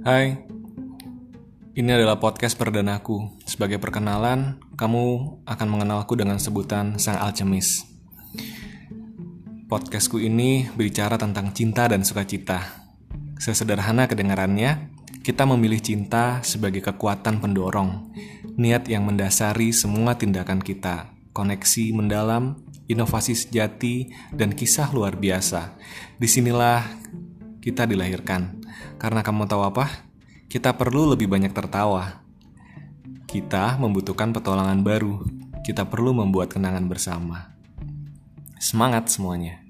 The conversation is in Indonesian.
Hai, ini adalah podcast perdanaku. Sebagai perkenalan, kamu akan mengenalku dengan sebutan Sang Alchemis. Podcastku ini berbicara tentang cinta dan sukacita. Sesederhana kedengarannya, kita memilih cinta sebagai kekuatan pendorong, niat yang mendasari semua tindakan kita, koneksi mendalam, inovasi sejati, dan kisah luar biasa. Disinilah kita dilahirkan. Karena kamu tahu apa? Kita perlu lebih banyak tertawa. Kita membutuhkan petualangan baru. Kita perlu membuat kenangan bersama. Semangat semuanya.